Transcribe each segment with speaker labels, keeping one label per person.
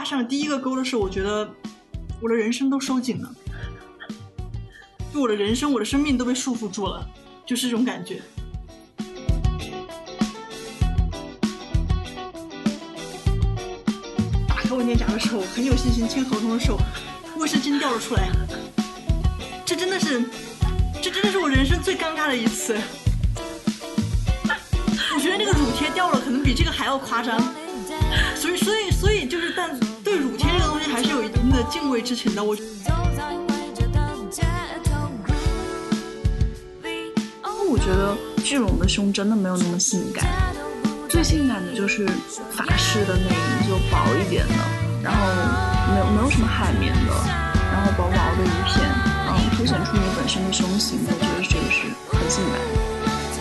Speaker 1: 上了第一个钩的时候，我觉得我的人生都收紧了，就我的人生我的生命都被束缚住了，就是这种感觉。打开文件夹的时候很有信心签合同的时候，卫生巾掉了出来，这真的是我人生最尴尬的一次。我觉得那个乳贴掉了可能比这个还要夸张，所以就是但对乳贴这个东西还是有一定的敬畏之情的。我
Speaker 2: 觉得巨龙的胸真的没有那么性感，最性感的就是法式的内衣，就薄一点的，然后没有什么海绵的，然后薄薄的一片，凸显出你本身的胸型，我觉得这个是很性感的。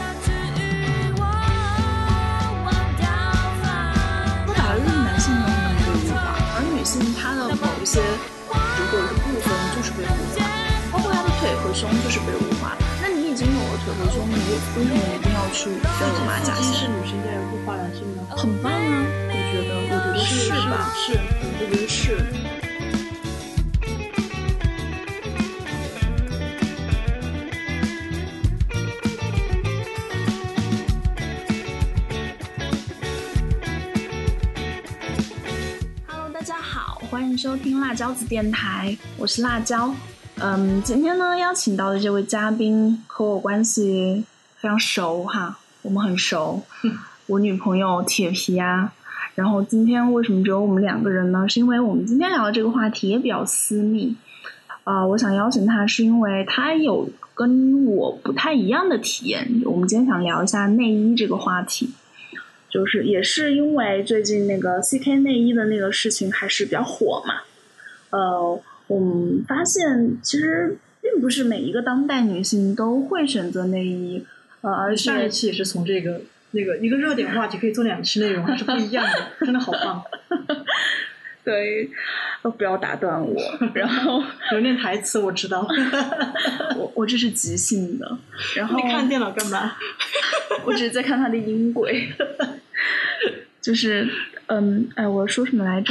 Speaker 2: 说白了，就是男性没有那么被物化，而女性她的某一些或者是部分就是被物化，包括她的腿和胸就是被物化。那你已经有了腿和胸，你为什么一定要去跟有马甲线？
Speaker 1: 是女性在物化男性吗？
Speaker 2: 很棒啊，我觉得是吧？是，我觉得是。Hello， 大家好，欢迎收听辣椒子电台，我是辣椒。今天呢邀请到的这位嘉宾和我关系非常熟哈，我们很熟，我女朋友铁皮啊。然后今天为什么只有我们两个人呢？是因为我们今天聊的这个话题也比较私密我想邀请她是因为她有跟我不太一样的体验。我们今天想聊一下内衣这个话题，就是也是因为最近那个 CK 内衣的那个事情还是比较火嘛。我们发现其实并不是每一个当代女性都会选择内衣，而且
Speaker 1: 上一期也是从这个那个一个热点话题可以做2期内容，还是不一样的，真的好棒。
Speaker 2: 对，不要打断我。然后
Speaker 1: 有念台词我知道，
Speaker 2: 我这是即兴的。然后
Speaker 1: 你看电脑干嘛？
Speaker 2: 我只是在看它的音轨。就是我说什么来着？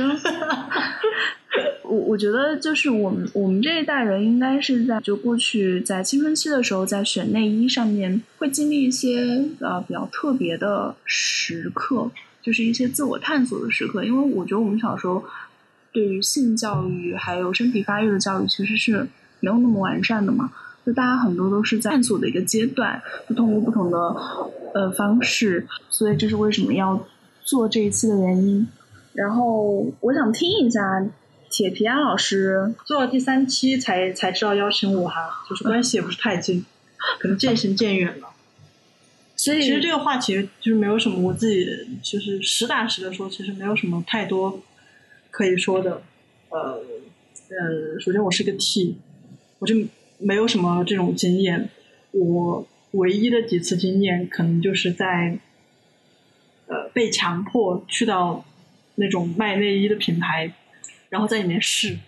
Speaker 2: 我觉得就是我们这一代人应该是在就过去在青春期的时候，在选内衣上面会经历一些比较特别的时刻，就是一些自我探索的时刻。因为我觉得我们小时候对于性教育还有身体发育的教育其实是没有那么完善的嘛，就大家很多都是在探索的一个阶段，就通过不同的方式，所以这是为什么要做这一期的原因。然后我想听一下铁皮安老师，
Speaker 1: 做到第3期才知道邀请我哈，就是关系也不是太近，可能渐行渐远了。
Speaker 2: 所以
Speaker 1: 其实这个话题就是没有什么，我自己就是实打实的说，其实没有什么太多可以说的。首先我是个 T， 我就没有什么这种经验。我唯一的几次经验可能就是在被强迫去到那种卖内衣的品牌，然后在里面试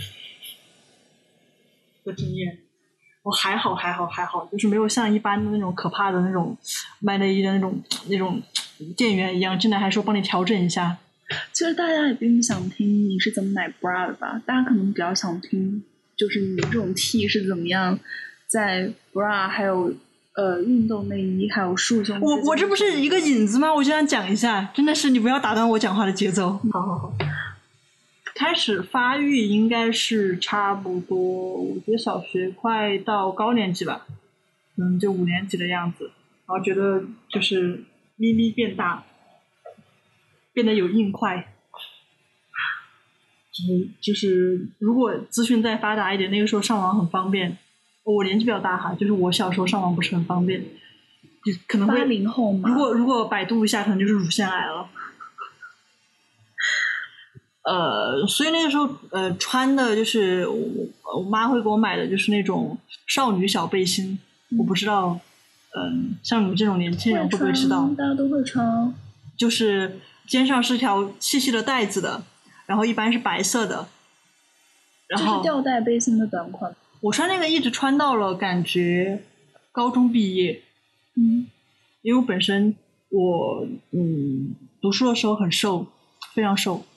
Speaker 1: 的经验。我还好，就是没有像一般的那种可怕的那种卖内衣的那种店员一样进来还说帮你调整一下。
Speaker 2: 其实大家也并不想听你是怎么买 bra 的吧，大家可能比较想听就是你这种 T 是怎么样在 bra 还有运动内衣还有束胸。
Speaker 1: 我这不是一个引子吗？我就想讲一下，真的是你不要打断我讲话的节奏。好。开始发育应该是差不多，我觉得小学快到高年级吧，就5年级的样子，然后觉得就是咪咪变大，变得有硬块，就是如果资讯再发达一点，那个时候上网很方便。我年纪比较大哈，就是我小时候上网不是很方便，就可能会
Speaker 2: 80后嘛。
Speaker 1: 如果百度一下，可能就是乳腺癌了。所以那个时候穿的就是我妈会给我买的就是那种少女小背心，我不知道像你们这种年轻人会不会知道？
Speaker 2: 大家都会穿，
Speaker 1: 就是肩上是条细细的带子的，然后一般是白色的，然后
Speaker 2: 这是吊带背心的短款。
Speaker 1: 我穿那个一直穿到了感觉高中毕业。因为我本身我读书的时候很瘦，非常瘦，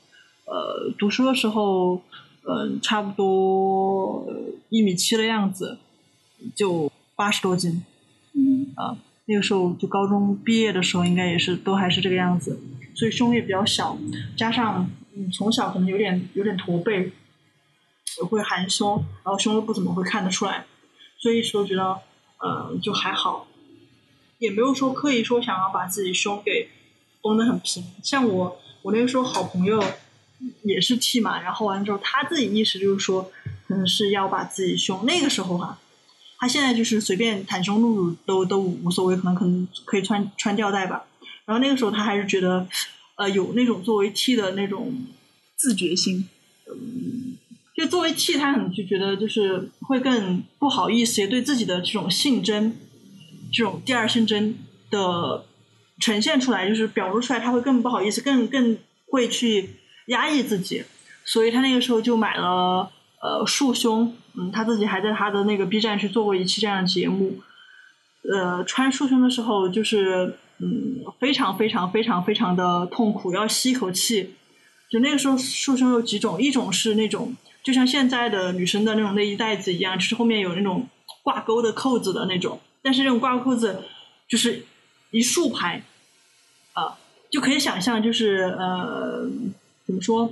Speaker 1: 读书的时候，差不多1.7米的样子，就80多斤。那个时候就高中毕业的时候，应该也是都还是这个样子，所以胸也比较小，加上从小可能有点驼背，会含胸，然后胸都不怎么会看得出来，所以一直都觉得就还好，也没有说刻意说想要把自己胸给绷得很平。像我那个时候好朋友也是 T 嘛，然后完了之后他自己意识就是说可能是要把自己胸，那个时候他现在就是随便袒胸露乳都无所谓，可能可以穿吊带吧。然后那个时候他还是觉得有那种作为 T 的那种
Speaker 2: 自觉性。
Speaker 1: 就作为 T 他可能就觉得就是会更不好意思，也对自己的这种性征，这种第二性征的呈现出来，就是表露出来，他会更不好意思，更会去压抑自己。所以他那个时候就买了束胸，他自己还在他的那个 B 站去做过一期这样的节目。穿束胸的时候就是非常非常非常非常的痛苦，要吸一口气。就那个时候束胸有几种，一种是那种就像现在的女生的那种内衣带子一样，就是后面有那种挂钩的扣子的那种，但是这种挂钩子就是一束排就可以想象就是怎么说，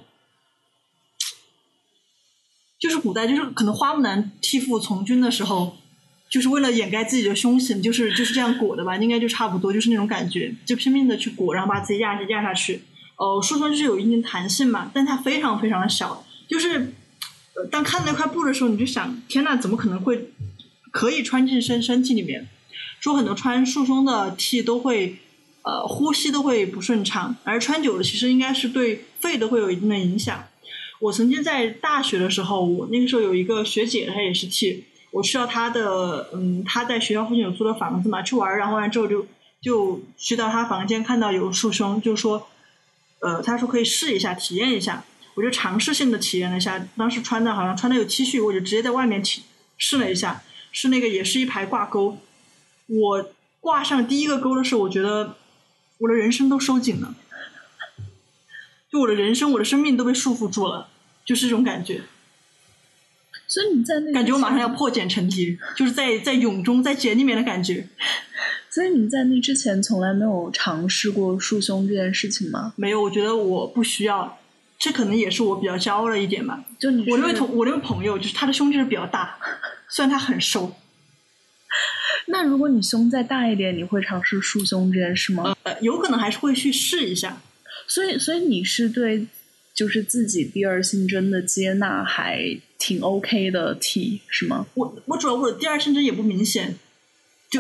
Speaker 1: 就是古代就是可能花木兰替父从军的时候，就是为了掩盖自己的胸型，就是这样裹的吧，应该就差不多就是那种感觉，就拼命的去裹，然后把自己压下去。束胸就是有一定弹性嘛，但它非常非常的小，就是当看那块布的时候，你就想天哪，怎么可能会可以穿进身体里面？说很多穿束胸的 T 都会呼吸都会不顺畅，而穿久了其实应该是对肺都会有一定的影响。我曾经在大学的时候，我那个时候有一个学姐，她也是 T， 我去到她的她在学校附近有租的房子嘛，去玩，然后完之后就去到她房间看到有束胸，就说她说可以试一下体验一下，我就尝试性的体验了一下，当时好像穿的有 T 恤，我就直接在外面试了一下，是那个也是一排挂钩，我挂上第一个钩的时候，我觉得我的人生都收紧了，就我的人生我的生命都被束缚住了，就是这种感觉。
Speaker 2: 所以你在那
Speaker 1: 感觉我马上要破茧成蝶，就是在蛹中在茧里面的感觉。
Speaker 2: 所以你在那之前从来没有尝试过束胸这件事情吗？
Speaker 1: 没有，我觉得我不需要，这可能也是我比较骄傲的一点吧。
Speaker 2: 就
Speaker 1: 我那位朋友，就是他的胸就是比较大，虽然他很瘦。
Speaker 2: 那如果你胸再大一点，你会尝试束胸这件事吗？
Speaker 1: 有可能还是会去试一下。
Speaker 2: 所以你是对就是自己第二性征的接纳还挺 OK 的 T 是吗？
Speaker 1: 我主要我的第二性征也不明显，就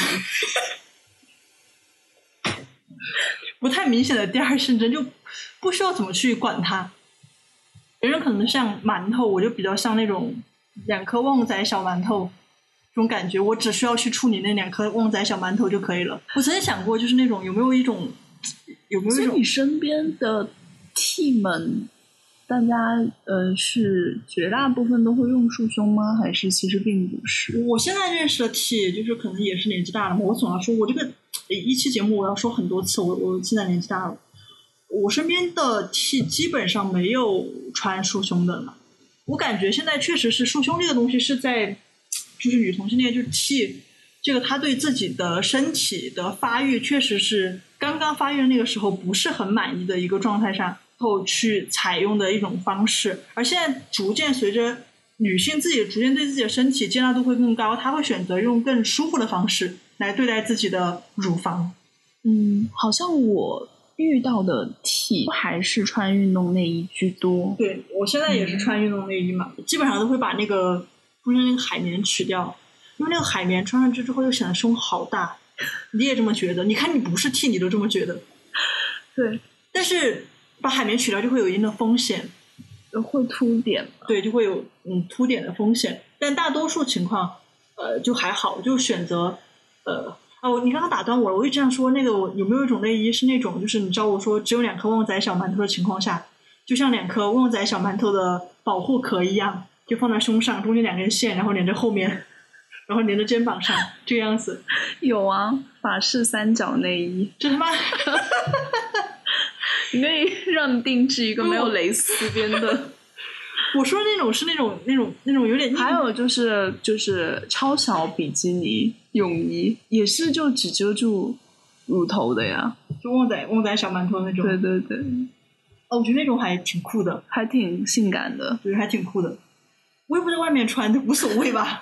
Speaker 1: 不太明显的第二性征，就不需要怎么去管它。别人可能像馒头，我就比较像那种2颗旺仔小馒头这种感觉，我只需要去处理那2颗旺仔小馒头就可以了。我曾经想过，就是那种有没有一种，
Speaker 2: 所以你身边的 T 们，大家是绝大部分都会用束胸吗？还是其实并不是？
Speaker 1: 我现在认识的 T 就是可能也是年纪大了嘛。我总要说，我这个一期节目我要说很多次，我现在年纪大了。我身边的 T 基本上没有穿束胸的了。我感觉现在确实是束胸这个东西是在，就是女同性恋就是 T 这个他对自己的身体的发育确实是刚刚发育的那个时候不是很满意的一个状态上后去采用的一种方式，而现在逐渐随着女性自己逐渐对自己的身体接纳度会更高，她会选择用更舒服的方式来对待自己的乳房。
Speaker 2: 好像我遇到的 T 还是穿运动内衣居多。
Speaker 1: 对，我现在也是穿运动内衣嘛，基本上都会把那个中间那个海绵取掉，因为那个海绵穿上去之后又显得胸好大。你也这么觉得？你看你不是 T 你都这么觉得。
Speaker 2: 对，
Speaker 1: 但是把海绵取掉就会有一定的风险，
Speaker 2: 会凸点。
Speaker 1: 对，就会有凸点的风险，但大多数情况就还好，就选择你刚刚打断我了，我一直想说那个有没有一种内衣是那种就是你知道我说只有2颗旺仔小馒头的情况下，就像2颗旺仔小馒头的保护壳一样，就放在胸上，中间2根线，然后连着后面，然后连着肩膀上，这个样子。
Speaker 2: 有啊，法式3角内衣。
Speaker 1: 这他妈
Speaker 2: 你可以让你定制一个没有蕾丝边的。
Speaker 1: 我说的那种是那种有点，
Speaker 2: 还有就是超小比基尼泳衣，也是就只遮住乳头的呀，
Speaker 1: 就旺仔小馒头那种。
Speaker 2: 对对对，
Speaker 1: 哦，我觉得那种还挺酷的，
Speaker 2: 还挺性感的，
Speaker 1: 对，还挺酷的。我也不在外面穿，无所谓吧。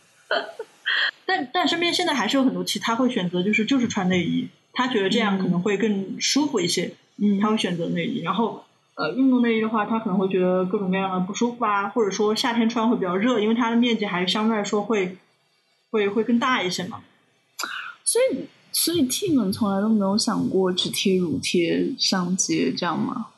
Speaker 1: 但身边现在还是有很多他会选择就是穿内衣，他觉得这样可能会更舒服一些，他会选择内衣。然后运动内衣的话，他可能会觉得各种各样的不舒服啊，或者说夏天穿会比较热，因为它的面积还是相对来说会更大一些嘛。
Speaker 2: 所以 T 们从来都没有想过只贴乳贴上街这样吗？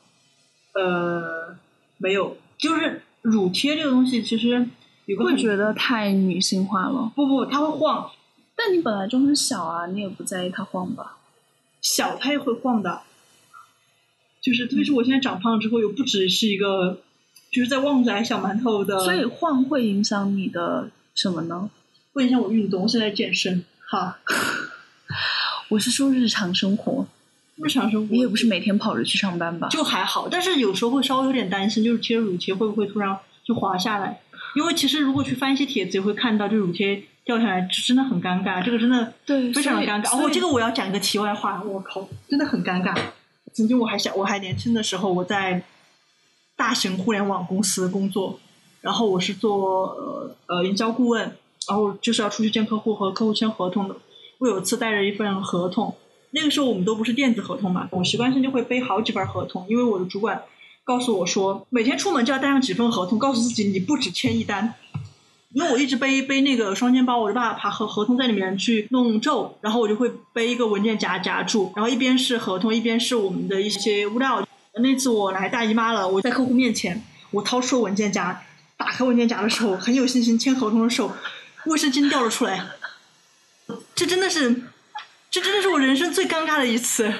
Speaker 1: 没有，就是乳贴这个东西其实有个
Speaker 2: 会觉得太女性化了。
Speaker 1: 不，它会晃。
Speaker 2: 但你本来就很小啊，你也不在意它晃吧？
Speaker 1: 小它也会晃的，就是特别是我现在长胖之后，又不只是一个，就是在旺仔小馒头的。
Speaker 2: 所以晃会影响你的什么呢？
Speaker 1: 会影响我运动，我现在健身。哈，
Speaker 2: 我是说日常生活。
Speaker 1: 日常生活，
Speaker 2: 你也不是每天跑着去上班吧？
Speaker 1: 就还好，但是有时候会稍微有点担心，就是贴乳贴会不会突然就滑下来？因为其实如果去翻一些帖子，也会看到，就乳贴掉下来，真的很尴尬，这个真的
Speaker 2: 对
Speaker 1: 非常的尴尬。哦，这个我要讲一个题外话，我靠，真的很尴尬。曾经我还年轻的时候，我在大型互联网公司工作，然后我是做营销顾问，然后就是要出去见客户和客户签合同的。我有一次带着一份合同，那个时候我们都不是电子合同嘛，我习惯性就会背好几份合同，因为我的主管告诉我说，每天出门就要带上几份合同，告诉自己你不只签一单。因为我一直背那个双肩包，我就把合同在里面去弄皱，然后我就会背一个文件夹夹住，然后一边是合同，一边是我们的一些物料。那次我来大姨妈了，我在客户面前，我掏出文件夹，打开文件夹的时候，很有信心签合同的时候，卫生巾掉了出来。这真的是我人生最尴尬的一次。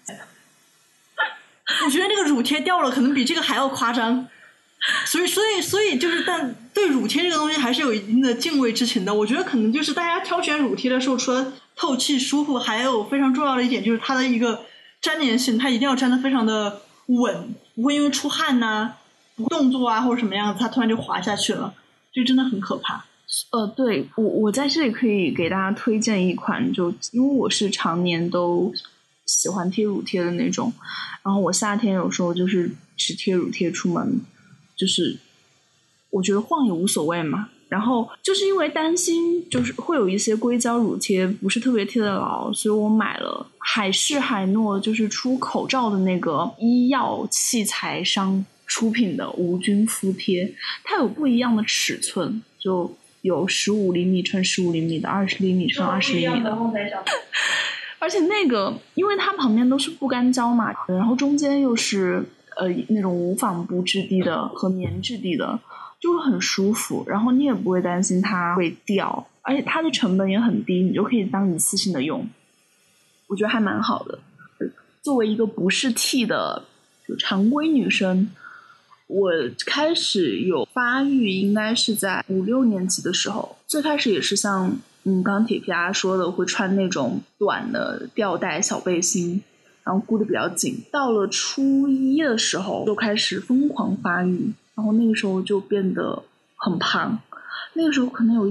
Speaker 1: 我觉得那个乳贴掉了，可能比这个还要夸张。所以就是，但对乳贴这个东西还是有一定的敬畏之情的。我觉得可能就是大家挑选乳贴的时候，除了透气舒服，还有非常重要的一点就是它的一个粘连性，它一定要粘得非常的稳，不会因为出汗呐、动作啊或者什么样子，它突然就滑下去了，这真的很可怕。
Speaker 2: 对，我在这里可以给大家推荐一款，就因为我是常年都喜欢贴乳贴的那种，然后我夏天有时候就是只贴乳贴出门，就是我觉得晃也无所谓嘛。然后就是因为担心就是会有一些硅胶乳贴不是特别贴得牢，所以我买了海仕海诺就是出口罩的那个医药器材商出品的无菌敷贴，它有不一样的尺寸，就有15厘米乘15厘米的，20厘米乘20厘米的。而且那个因为它旁边都是不干胶嘛，然后中间又是那种无纺布质地的和棉质地的，就会很舒服，然后你也不会担心它会掉，而且它的成本也很低，你就可以当一次性的用，我觉得还蛮好的。作为一个不是 T 的就常规女生，我开始有发育应该是在5、6年级的时候，最开始也是像刚刚铁皮鸭说的，会穿那种短的吊带小背心，然后箍得比较紧。到了初1的时候就开始疯狂发育，然后那个时候就变得很胖，那个时候可能有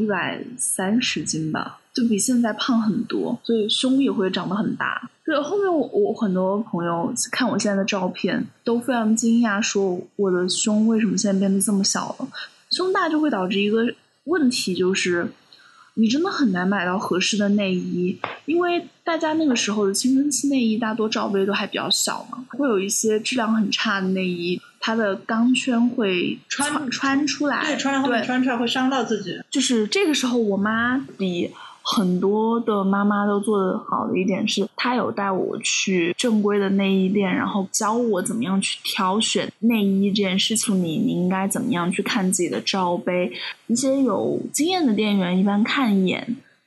Speaker 2: 130斤吧，就比现在胖很多，所以胸也会长得很大。对，后面我很多朋友看我现在的照片都非常惊讶，说我的胸为什么现在变得这么小了。胸大就会导致一个问题，就是你真的很难买到合适的内衣，因为大家那个时候的青春期内衣大多罩杯都还比较小嘛，会有一些质量很差的内衣，它的钢圈会穿出来，
Speaker 1: 对，穿在后面穿出来会伤到自己。
Speaker 2: 就是这个时候我妈比很多的妈妈都做得好的一点是，她有带我去正规的内衣店，然后教我怎么样去挑选内衣这件事情，你应该怎么样去看自己的罩杯。一些有经验的店员一般看一眼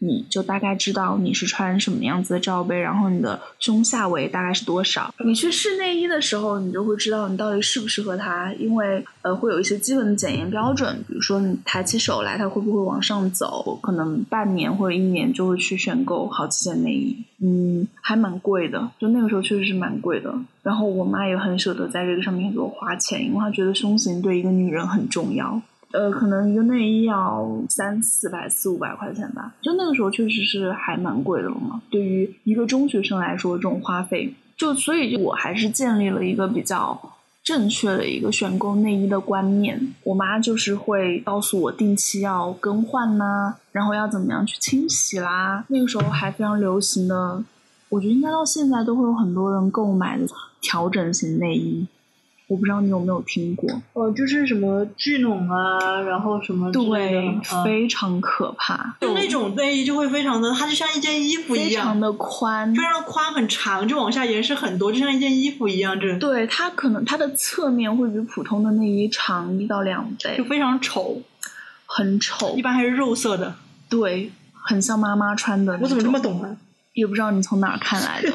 Speaker 2: 你就大概知道你是穿什么样子的罩杯，然后你的胸下围大概是多少。你去试内衣的时候，你就会知道你到底适不适合它，因为会有一些基本的检验标准，比如说你抬起手来它会不会往上走，可能半年或者1年就会去选购好几件内衣。还蛮贵的，就那个时候确实是蛮贵的。然后我妈也很舍得在这个上面给我花钱，因为她觉得胸型对一个女人很重要。可能一个内衣要400-500块钱吧，就那个时候确实是还蛮贵的了嘛。对于一个中学生来说，这种花费所以我还是建立了一个比较正确的一个选购内衣的观念。我妈就是会告诉我定期要更换啦，然后要怎么样去清洗啦。那个时候还非常流行的，我觉得应该到现在都会有很多人购买的调整型内衣。我不知道你有没有听过
Speaker 1: 就是什么聚拢啊，然后什么之类的，
Speaker 2: 对，非常可怕。
Speaker 1: 就那种内衣就会非常的，它就像一件衣服一样，
Speaker 2: 非常的宽，
Speaker 1: 非常宽很长，就往下延伸很多，就像一件衣服一样。
Speaker 2: 对，它可能它的侧面会比普通的内衣长1到2倍，
Speaker 1: 就非常丑，
Speaker 2: 很丑，
Speaker 1: 一般还是肉色的。
Speaker 2: 对，很像妈妈穿的。
Speaker 1: 我怎么这么懂呢？
Speaker 2: 也不知道你从哪儿看来的。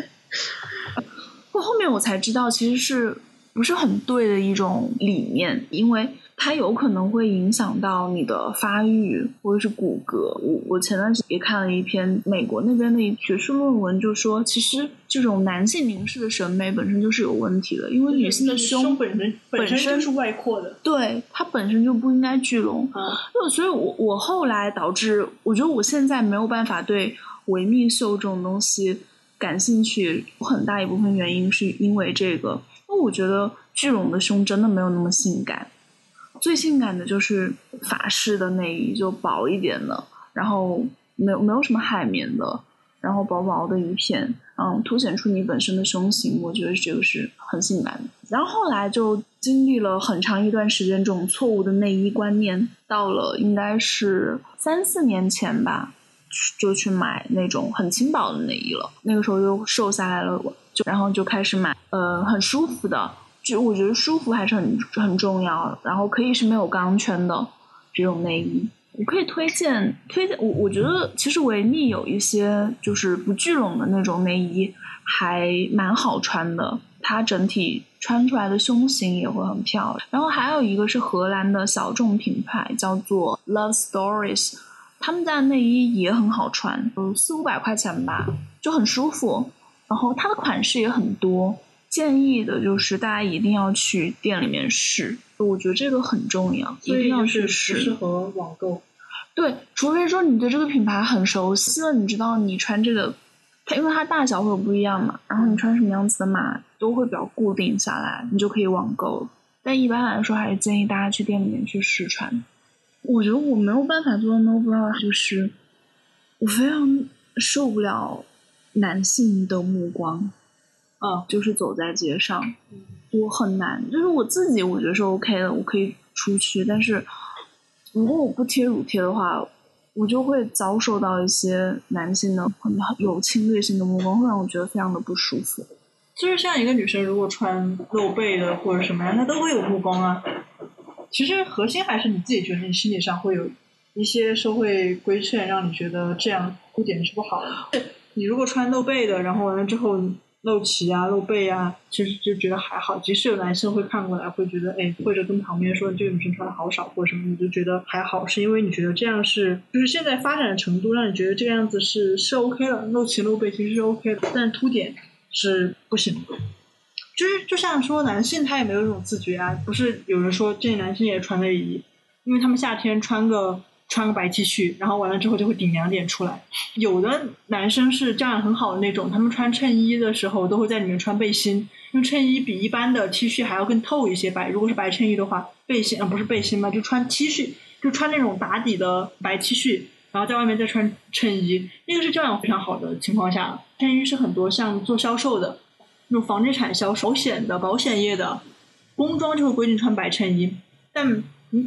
Speaker 2: 后面我才知道，其实是不是很对的一种理念，因为它有可能会影响到你的发育或者是骨骼。我前段时间也看了一篇美国那边的学术论文，就说其实这种男性凝视的审美本身就是有问题的，因为女性的胸
Speaker 1: 本身就是外扩的，
Speaker 2: 对，它本身就不应该聚拢。所以我后来导致我觉得我现在没有办法对维密秀这种东西感兴趣，很大一部分原因是因为这个。因为我觉得聚拢的胸真的没有那么性感，最性感的就是法式的内衣，就薄一点的，然后没有什么海绵的，然后薄薄的一片，凸显出你本身的胸型，我觉得这个是很性感的。然后后来就经历了很长一段时间这种错误的内衣观念，到了应该是3-4年前吧，就去买那种很轻薄的内衣了。那个时候又瘦下来了，然后就开始买很舒服的，就我觉得舒服还是很重要，然后可以是没有钢圈的这种内衣。我可以推荐我觉得其实维密有一些就是不聚拢的那种内衣还蛮好穿的，它整体穿出来的胸型也会很漂亮。然后还有一个是荷兰的小众品牌叫做 Love Stories， 他们家的内衣也很好穿，400-500块钱吧，就很舒服，然后它的款式也很多。建议的就是大家一定要去店里面试，我觉得这个很重要，一定要去试。
Speaker 1: 不适合网购。
Speaker 2: 对，除非说你对这个品牌很熟悉了，你知道你穿这个，因为它大小会有不一样嘛，然后你穿什么样子的码都会比较固定下来，你就可以网购。但一般来说还是建议大家去店里面去试穿。我觉得我没有办法做到 no bra， 就是我非常受不了男性的目光，就是走在街上，我很难，就是我自己我觉得是 OK 的，我可以出去，但是如果我不贴乳贴的话，我就会遭受到一些男性的很有侵略性的目光，会让我觉得非常的不舒服。
Speaker 1: 就是像一个女生如果穿露背的或者什么样，她都会有目光啊。其实核心还是你自己觉得你心理上会有一些社会规劝，让你觉得这样凸点是不好的。你如果穿露背的，然后完了之后露脐啊露背啊，其实就觉得还好，即使有男生会看过来会觉得或者跟旁边说这个女生穿的好少或者什么，你就觉得还好，是因为你觉得这样是就是现在发展的程度让你觉得这个样子是 OK 了，露脐露背其实是 OK 的，但凸点是不行的。就像说男性他也没有这种自觉啊，不是有人说这男性也穿内衣，因为他们夏天穿个白 T 恤，然后完了之后就会顶2点出来。有的男生是教养很好的那种，他们穿衬衣的时候都会在里面穿背心，因为衬衣比一般的 T 恤还要更透一些。如果是白衬衣的话，背心不是背心嘛，就穿 T 恤，就穿那种打底的白 T 恤，然后在外面再穿衬衣，那个是教养非常好的情况下。衬衣是很多像做销售的那种房地产销售、保险业的工装就会规定穿白衬衣，但你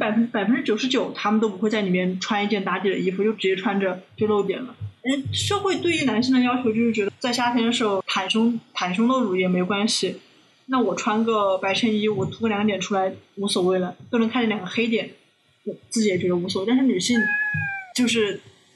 Speaker 1: 99%他们都不会在里面穿一件打底的衣服，就直接穿着就露点了。社会对于男性的要求就是觉得在夏天的时候袒胸露乳也没关系，那我穿个白衬衣我凸个2点出来无所谓了，都能看见2个黑点，我自己也觉得无所谓。但是女性就是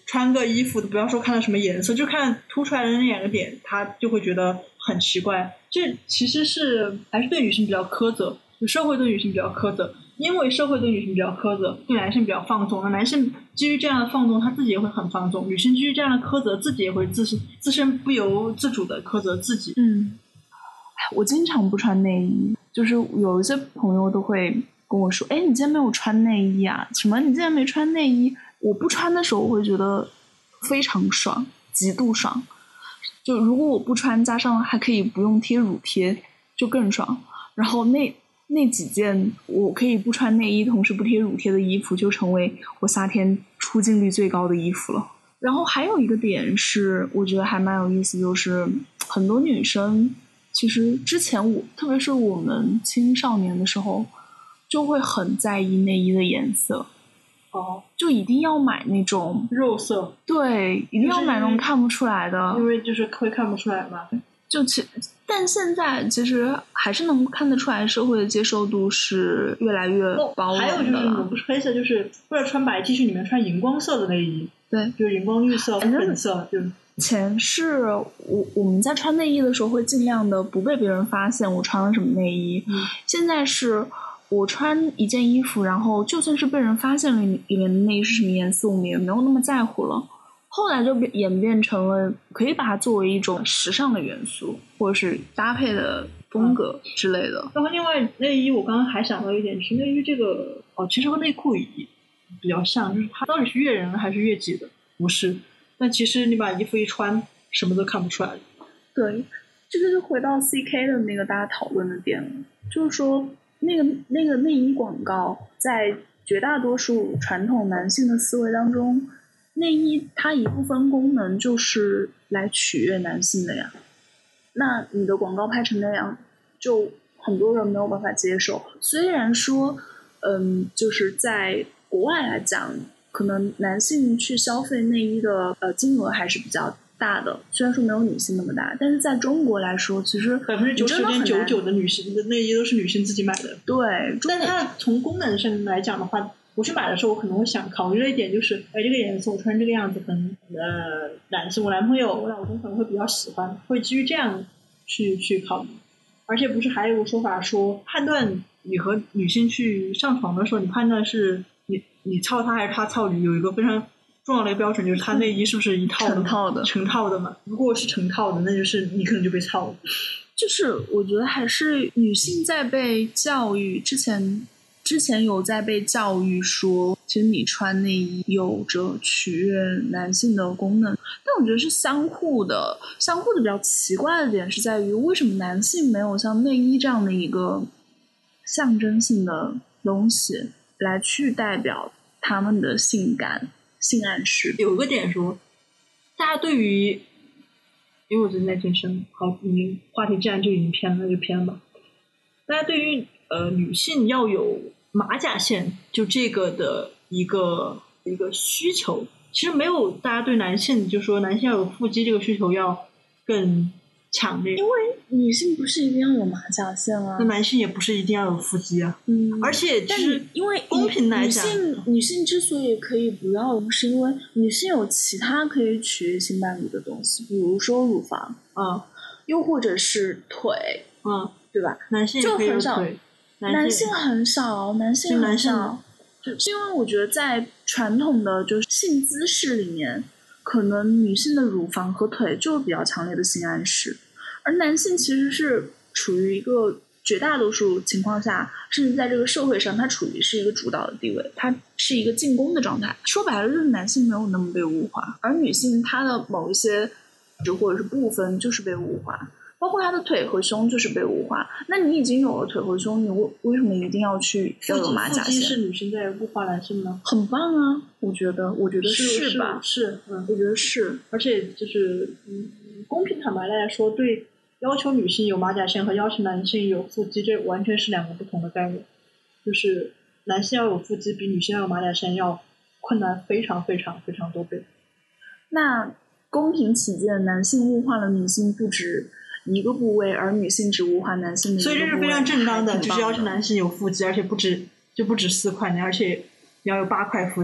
Speaker 1: 穿个衣服，不要说看到什么颜色，就看凸出来的那两个点，他就会觉得很奇怪。这其实是还是对女性比较苛责，就社会对女性比较苛责，因为社会对女性比较苛责，对男性比较放纵，那男性基于这样的放纵，他自己也会很放纵；女性基于这样的苛责，自己也会自身不由自主的苛责自己。
Speaker 2: 我经常不穿内衣，就是有一些朋友都会跟我说：“哎，你今天没有穿内衣啊？什么？你今天没穿内衣？”我不穿的时候，我会觉得非常爽，极度爽。就如果我不穿，加上还可以不用贴乳贴，就更爽。然后那几件我可以不穿内衣，同时不贴乳贴的衣服，就成为我夏天出镜率最高的衣服了。然后还有一个点是，我觉得还蛮有意思，就是很多女生其实之前特别是我们青少年的时候，就会很在意内衣的颜色。就一定要买那种
Speaker 1: 肉色，
Speaker 2: 对，一定要买那种看不出来的，
Speaker 1: 因为就是会看不出来嘛。
Speaker 2: 但现在其实还是能看得出来，社会的接受度是越来越包容的了。
Speaker 1: 还有就是我不是黑色，就是为了穿白 T 恤里面穿荧光色的内衣，
Speaker 2: 对，
Speaker 1: 就是荧光绿色、粉色。就
Speaker 2: 前是我们在穿内衣的时候会尽量的不被别人发现我穿了什么内衣，现在是我穿一件衣服，然后就算是被人发现了里面的内衣是什么颜色，我们也没有那么在乎了。后来就演变成了可以把它作为一种时尚的元素，或者是搭配的风格之类的。
Speaker 1: 然后另外内衣，我刚刚还想到一点是内衣这个其实和内裤比较像，就是它到底是悦人还是悦己的？不是，但其实你把衣服一穿，什么都看不出来了。
Speaker 2: 对，这个就回到 CK 的那个大家讨论的点了，就是说那个内衣广告在绝大多数传统男性的思维当中，内衣它一部分功能就是来取悦男性的呀。那你的广告拍成那样，就很多人没有办法接受。虽然说就是在国外来讲，可能男性去消费内衣的金额还是比较大的，虽然说没有女性那么大，但是在中国来说，其实
Speaker 1: 90.99%的女性的内衣都是女性自己买的。
Speaker 2: 对，
Speaker 1: 但它从功能上来讲的话，我去买的时候，我可能会想考虑的一点就是，这个颜色我穿这个样子，可能男生我男朋友我老公可能会比较喜欢，会基于这样去考虑。而且不是还有个说法说，判断你和女性去上床的时候，你判断是你操她还是她操你，有一个非常重要的一个标准，就是她内衣是不是一套的成套的嘛？如果是成套的，那就是你可能就被操了。
Speaker 2: 就是我觉得还是女性在被教育之前有在被教育说，其实你穿内衣有着取悦男性的功能，但我觉得是相互的比较奇怪的点是在于，为什么男性没有像内衣这样的一个象征性的东西来去代表他们的性感、性暗示？
Speaker 1: 有个点说，大家对于，因为我最近在健身，好，你话题既然就已经偏了，那就偏吧。大家对于女性要有马甲线，就这个的一个需求，其实没有大家对男性就说男性要有腹肌这个需求要更强烈。
Speaker 2: 因为女性不是一定要有马甲线啊，
Speaker 1: 那男性也不是一定要有腹肌啊。而且就是
Speaker 2: 因为
Speaker 1: 公平来讲，
Speaker 2: 女性之所以可以不要，是因为女性有其他可以取悦性伴侣的东西，比如说乳房，又或者是腿，对吧？
Speaker 1: 男性也可以有腿。
Speaker 2: 男性很少，是因为我觉得在传统的就是性姿势里面，可能女性的乳房和腿就有比较强烈的性暗示，而男性其实是处于一个绝大多数情况下，甚至在这个社会上，他处于是一个主导的地位，他是一个进攻的状态。说白了，就是男性没有那么被物化，而女性她的某一些或者是部分就是被物化。包括他的腿和胸就是被物化，那你已经有了腿和胸，你为什么一定要有马甲线？
Speaker 1: 腹肌是女性在物化男性吗？
Speaker 2: 很棒啊，我觉得是吧？
Speaker 1: 是，
Speaker 2: 我觉得是，
Speaker 1: 而且就是公平坦白来说，对要求女性有马甲线和要求男性有腹肌，这完全是两个不同的概念。就是男性要有腹肌，比女性要有马甲线要困难非常非常非常多倍。
Speaker 2: 那公平起见，男性物化了女性不止一个部位，而女性只物化男性的一个部位，
Speaker 1: 所以这是非常正当的，就是要求男性有腹肌，而且不止4块，而且你要有8块腹肌。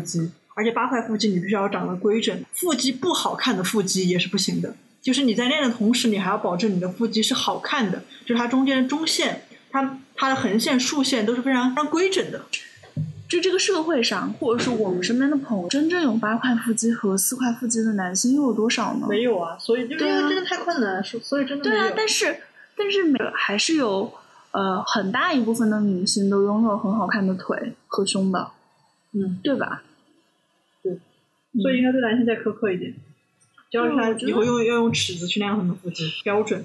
Speaker 1: 而且八块腹肌你必须要长得规整，腹肌不好看的腹肌也是不行的。就是你在练的同时，你还要保证你的腹肌是好看的，就是它中间的中线、它的横线、竖线都是非常规整的。
Speaker 2: 就这个社会上，或者是我们身边的朋友，真正有8块腹肌和4块腹肌的男性又有多少呢？
Speaker 1: 没有啊，所以就是因为真的太困难，所以真的没有。
Speaker 2: 对啊，但是还是有很大一部分的女性都拥有很好看的腿和胸的，对吧？
Speaker 1: 对，所以应该对男性再苛刻一点，教他以后要用尺子去量他们的腹肌标准。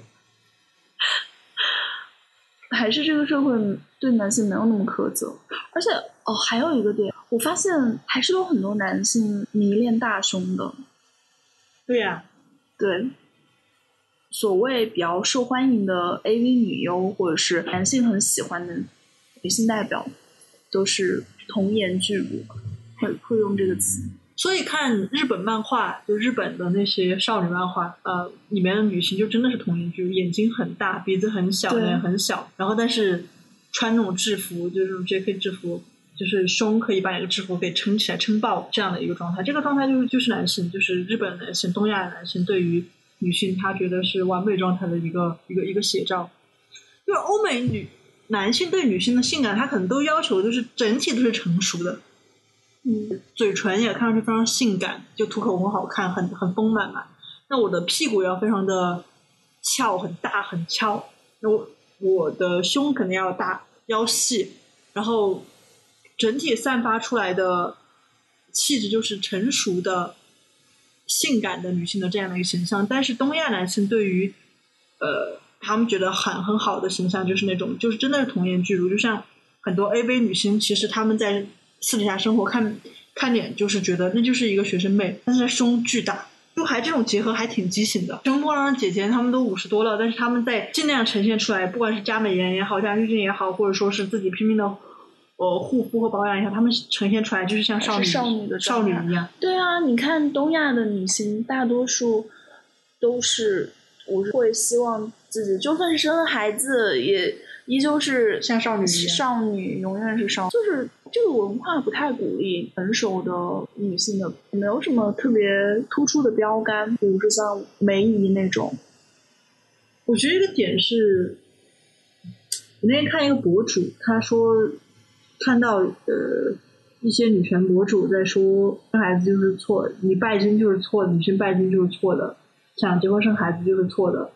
Speaker 2: 还是这个社会对男性没有那么苛责，而且还有一个点，我发现还是有很多男性迷恋大胸的。
Speaker 1: 对呀，
Speaker 2: 对，所谓比较受欢迎的 AV 女优或者是男性很喜欢的女性代表，都是童颜巨乳，会用这个词。
Speaker 1: 所以看日本漫画，就日本的那些少女漫画，里面的女性就真的是童颜巨乳，眼睛很大，鼻子很小，脸很小，然后但是穿那种制服，就是 JK 制服，就是胸可以把那个制服给撑起来、撑爆这样的一个状态。这个状态就是男性，就是日本男性、东亚的男性对于女性他觉得是完美状态的一个写照。因为欧美男性对女性的性感，他可能都要求就是整体都是成熟的。嘴唇也看上去非常性感，就涂口红好看，很丰满嘛。那我的屁股要非常的翘，很大很翘。那我的胸肯定要大，腰细，然后整体散发出来的气质就是成熟的、性感的女性的这样的一个形象。但是东亚男性对于他们觉得很好的形象就是那种就是真的是童颜巨乳，就像很多 AV 女星，其实他们在私底下生活看脸就是觉得那就是一个学生妹，但是胸巨大，就还这种结合还挺畸形的。中国人姐姐她们都50多了，但是她们在尽量呈现出来，不管是加美颜也好，加滤镜也好，或者说是自己拼命的护肤和保养一下，她们呈现出来就是像少女一样。
Speaker 2: 对啊，你看东亚的女星大多数都是我会希望自己就算是生了孩子也依旧是
Speaker 1: 像少女一样，
Speaker 2: 少女永远是少女，就是这个文化不太鼓励成熟的女性的，没有什么特别突出的标杆，比如说像梅姨那种。
Speaker 1: 我觉得一个点是，我那天看一个博主，他说看到一些女权博主在说生孩子就是错，你拜金就是错的，女性拜金就是错的，想结婚生孩子就是错的，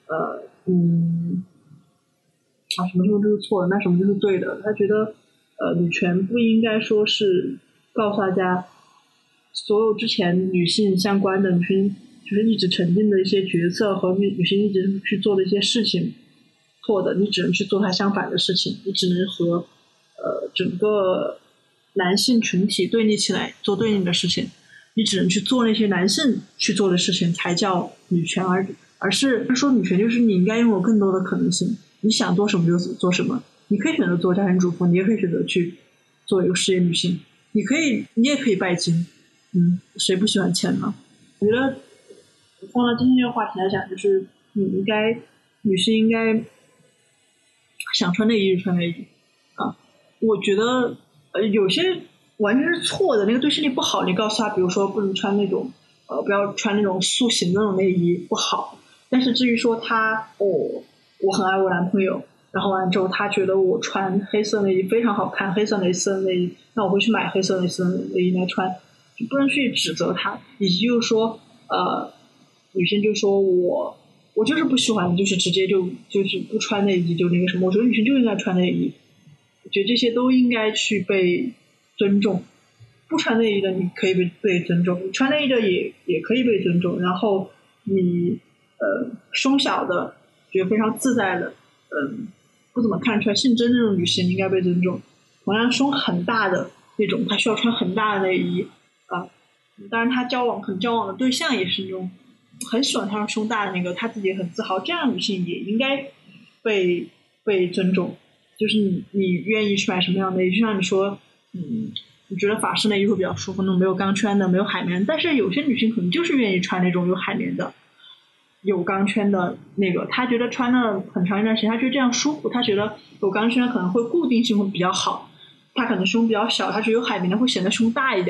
Speaker 1: 什么什么就是错的，那什么就是对的。他觉得女权不应该说是告诉大家所有之前女性相关的女性就是一直沉浸的一些角色和女性一直去做的一些事情错的，你只能去做它相反的事情，你只能和整个男性群体对立起来做对应的事情，你只能去做那些男性去做的事情才叫女权，而是说女权就是你应该拥有更多的可能性，你想做什么就做什么，你可以选择做家庭主妇，你也可以选择去做一个事业女性，你也可以拜金，谁不喜欢钱呢？我觉得放到今天这个话题来讲，就是女性应该想穿内衣就穿内衣啊。我觉得有些完全是错的，那个对身体不好，你告诉他比如说不能穿那种不要穿那种塑形的那种内衣不好，但是至于说我很爱我男朋友，然后完之后他觉得我穿黑色内衣非常好看，黑色蕾丝的内衣，那我会去买黑色蕾丝的内衣来穿，就不能去指责他，以及就是说女性就说我就是不喜欢，就是直接就是不穿内衣就那个什么，我觉得女性就应该穿内衣，我觉得这些都应该去被尊重，不穿内衣的你可以被尊重，你穿内衣的也可以被尊重，然后你胸小的觉得非常自在的不怎么看出来性征那种女性应该被尊重，同样胸很大的那种她需要穿很大的内衣当然她可能交往的对象也是那种很喜欢她胸大的那个，她自己也很自豪，这样的女性也应该被尊重，就是你愿意去买什么样的内衣，就像你说你觉得法式内衣会比较舒服，那种没有钢圈的没有海绵，但是有些女性可能就是愿意穿那种有海绵的有钢圈的那个，她觉得穿了很长一段时间她觉得这样舒服，她觉得有钢圈可能会固定性会比较好，她可能胸比较小，她觉得有海绵的会显得胸大一点，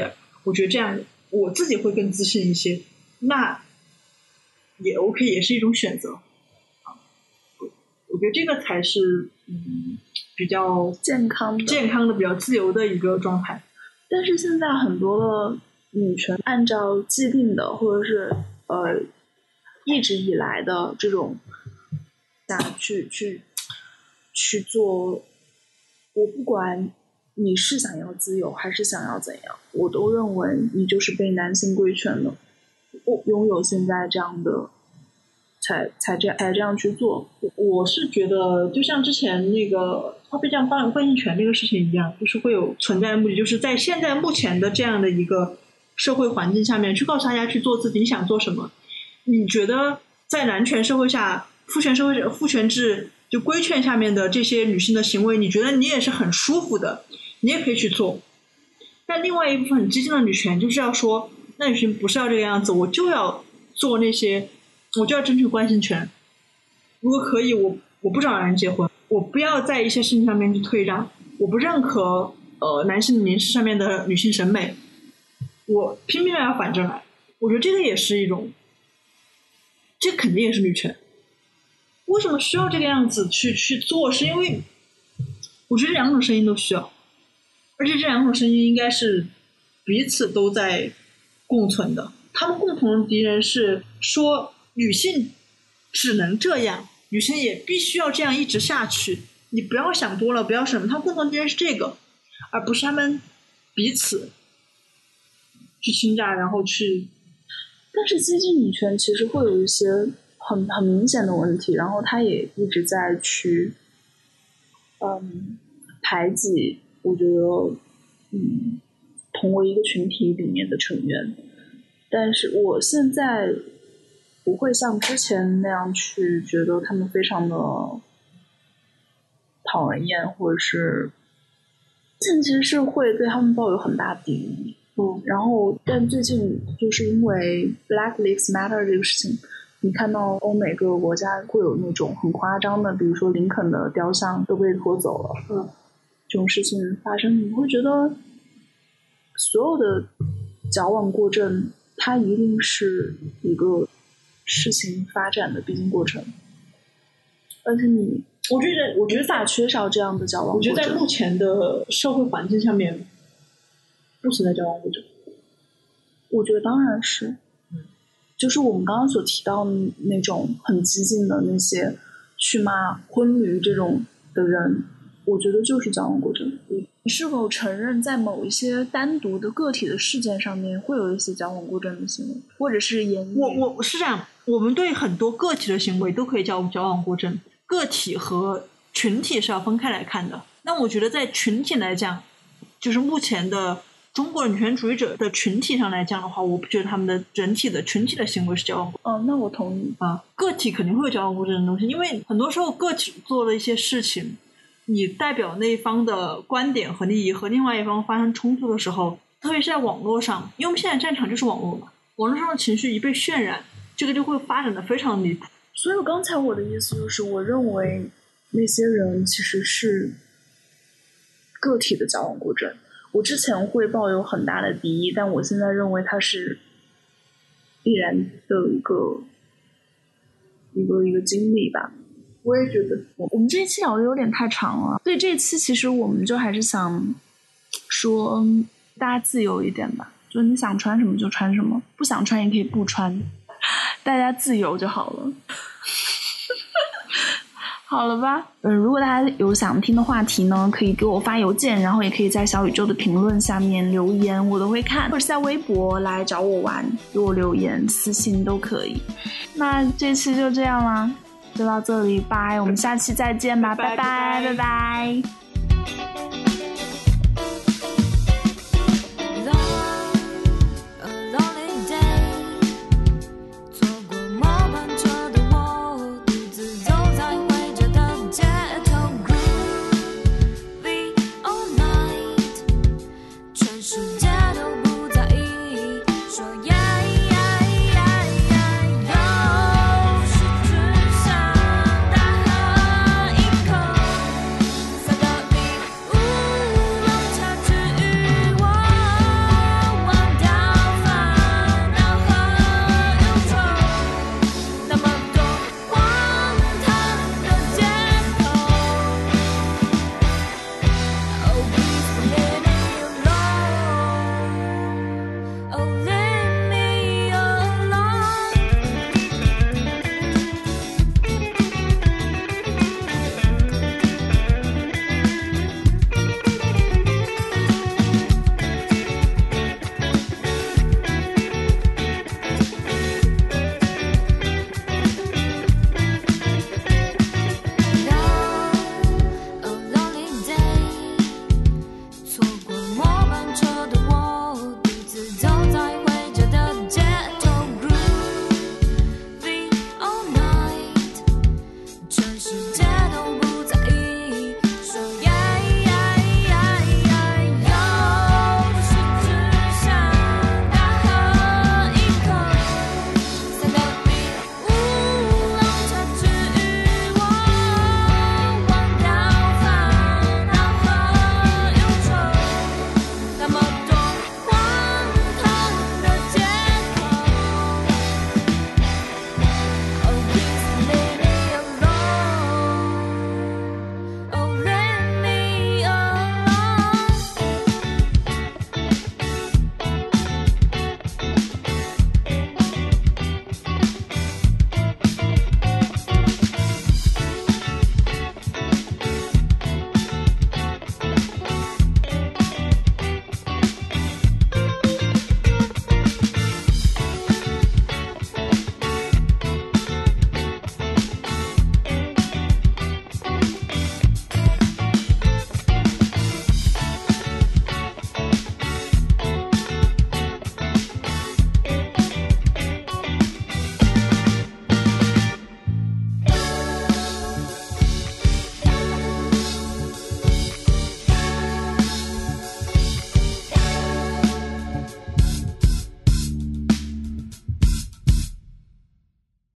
Speaker 1: 我觉得这样我自己会更自信一些，那也 OK， 也是一种选择啊。我觉得这个才是比较
Speaker 2: 健康
Speaker 1: 的、比较自由的一个状态。
Speaker 2: 但是现在很多的女权按照既定的或者是一直以来的这种去做，我不管你是想要自由还是想要怎样，我都认为你就是被男性规劝的，拥有现在这样的才这样去做。
Speaker 1: 我是觉得就像之前那个花呗酱冠性权这个事情一样，就是会有存在的目的，就是在现在目前的这样的一个社会环境下面去告诉大家去做自己想做什么。你觉得在男权社会下父权制就规劝下面的这些女性的行为，你觉得你也是很舒服的，你也可以去做。但另外一部分很激进的女权就是要说，那女性不是要这个样子，我就要做那些，我就要争取关心权。如果可以，我不找人结婚，我不要在一些事情上面去退让，我不认可男性凝视上面的女性审美，我拼命要反正来。我觉得这个也是一种，这肯定也是女权。为什么需要这个样子去做？是因为我觉得这两种声音都需要，而且这两种声音应该是彼此都在共存的。他们共同的敌人是说女性只能这样，女性也必须要这样一直下去，你不要想多了，不要什么。他们共同敌人是这个，而不是他们彼此去倾轧，然后去。
Speaker 2: 但是激进女权其实会有一些很明显的问题，然后他也一直在去排挤我觉得同为一个群体里面的成员。但是我现在不会像之前那样去觉得他们非常的讨人厌，或者是其实是会对他们抱有很大敌意。然后但最近就是因为 Black Lives Matter 这个事情，你看到欧美各个国家会有那种很夸张的，比如说林肯的雕像都被拖走了，这种事情发生，你会觉得所有的矫枉过正，它一定是一个事情发展的必经过程，而且我觉得大缺少这样的矫枉过正。
Speaker 1: 我觉得在目前的社会环境下面不存在矫枉过正。
Speaker 2: 我觉得当然是，就是我们刚刚所提到的那种很激进的那些去骂婚驴这种的人，我觉得就是矫枉过正。你是否承认在某一些单独的个体的事件上面会有一些矫枉过正的行为，或者是言语？
Speaker 1: 我是这样，我们对很多个体的行为都可以叫矫枉过正，个体和群体是要分开来看的。那我觉得在群体来讲，就是目前的中国女权主义者的群体上来讲的话，我不觉得他们的整体的群体的行为是矫枉过正。
Speaker 2: 那我同意
Speaker 1: 啊，个体肯定会有矫枉过正的东西，因为很多时候个体做了一些事情，你代表那一方的观点和利益和另外一方发生冲突的时候，特别是在网络上，因为我们现在战场就是网络嘛，网络上的情绪一被渲染，这个就会发展的非常离谱。
Speaker 2: 所以刚才我的意思就是，我认为那些人其实是个体的矫枉过正。我之前会抱有很大的敌意，但我现在认为它是必然的一个经历吧。
Speaker 1: 我也觉得，
Speaker 2: 我们这一期聊的有点太长了，所以这一期其实我们就还是想说，大家自由一点吧，就你想穿什么就穿什么，不想穿也可以不穿，大家自由就好了。好了吧，如果大家有想听的话题呢，可以给我发邮件，然后也可以在小宇宙的评论下面留言，我都会看，或者是在微博来找我玩，给我留言私信都可以。那这期就这样啦，就到这里，拜，我们下期再见吧，拜拜拜拜。